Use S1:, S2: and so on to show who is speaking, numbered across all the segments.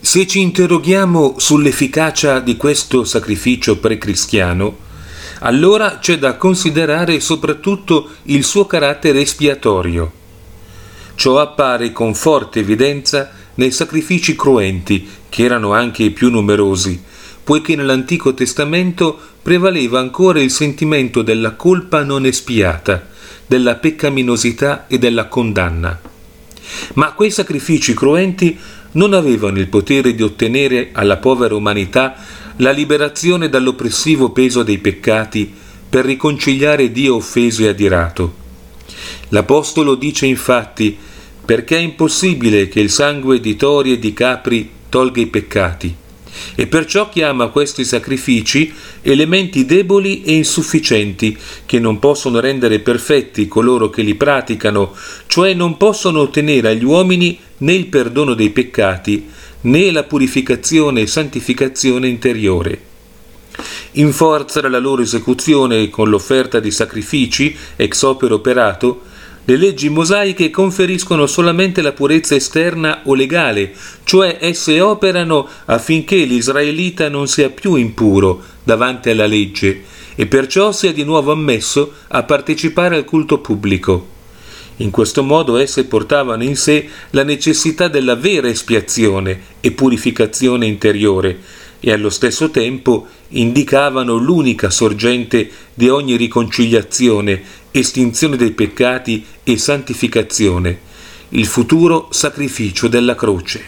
S1: Se ci interroghiamo sull'efficacia di questo sacrificio precristiano, allora c'è da considerare soprattutto il suo carattere espiatorio. Ciò appare con forte evidenza nei sacrifici cruenti, che erano anche i più numerosi, poiché nell'Antico Testamento prevaleva ancora il sentimento della colpa non espiata, della peccaminosità e della condanna. Ma quei sacrifici cruenti non avevano il potere di ottenere alla povera umanità la liberazione dall'oppressivo peso dei peccati per riconciliare Dio offeso e adirato. L'Apostolo dice infatti: perché è impossibile che il sangue di tori e di capri tolga i peccati, e perciò chiama questi sacrifici elementi deboli e insufficienti che non possono rendere perfetti coloro che li praticano, cioè non possono ottenere agli uomini né il perdono dei peccati né la purificazione e santificazione interiore. In forza della loro esecuzione con l'offerta di sacrifici ex opere operato, le leggi mosaiche conferiscono solamente la purezza esterna o legale, cioè esse operano affinché l'israelita non sia più impuro davanti alla legge e perciò sia di nuovo ammesso a partecipare al culto pubblico. In questo modo esse portavano in sé la necessità della vera espiazione e purificazione interiore e allo stesso tempo indicavano l'unica sorgente di ogni riconciliazione, estinzione dei peccati e santificazione, il futuro sacrificio della croce.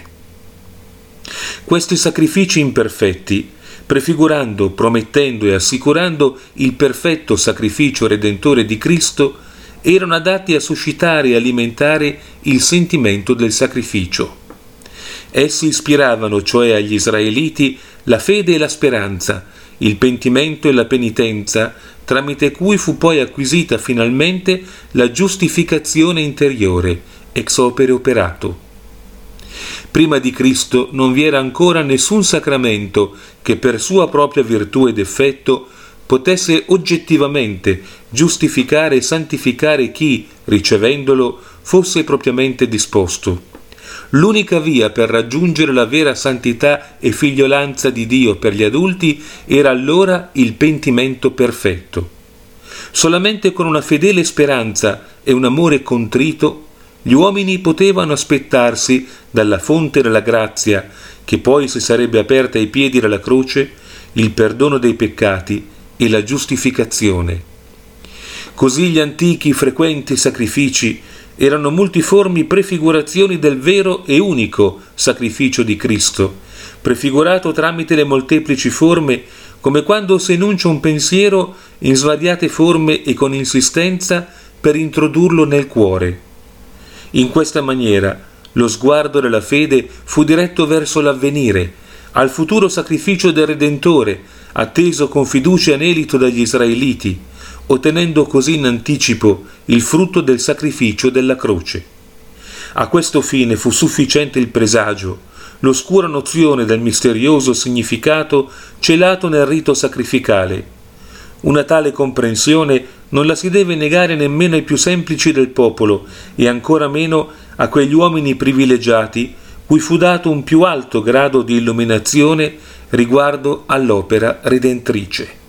S1: Questi sacrifici imperfetti, prefigurando, promettendo e assicurando il perfetto sacrificio redentore di Cristo, erano adatti a suscitare e alimentare il sentimento del sacrificio. Essi ispiravano cioè agli israeliti la fede e la speranza, il pentimento e la penitenza, tramite cui fu poi acquisita finalmente la giustificazione interiore, ex opere operato. Prima di Cristo non vi era ancora nessun sacramento che per sua propria virtù ed effetto potesse oggettivamente giustificare e santificare chi, ricevendolo, fosse propriamente disposto. L'unica via per raggiungere la vera santità e figliolanza di Dio per gli adulti era allora il pentimento perfetto. Solamente con una fedele speranza e un amore contrito gli uomini potevano aspettarsi dalla fonte della grazia, che poi si sarebbe aperta ai piedi della croce, il perdono dei peccati e la giustificazione. Così gli antichi frequenti sacrifici erano multiformi prefigurazioni del vero e unico sacrificio di Cristo, prefigurato tramite le molteplici forme, come quando si enuncia un pensiero in svariate forme e con insistenza per introdurlo nel cuore. In questa maniera lo sguardo della fede fu diretto verso l'avvenire, al futuro sacrificio del Redentore, atteso con fiducia e anelito dagli israeliti, ottenendo così in anticipo il frutto del sacrificio della croce. A questo fine fu sufficiente il presagio, l'oscura nozione del misterioso significato celato nel rito sacrificale. Una tale comprensione non la si deve negare nemmeno ai più semplici del popolo e ancora meno a quegli uomini privilegiati cui fu dato un più alto grado di illuminazione riguardo all'opera redentrice.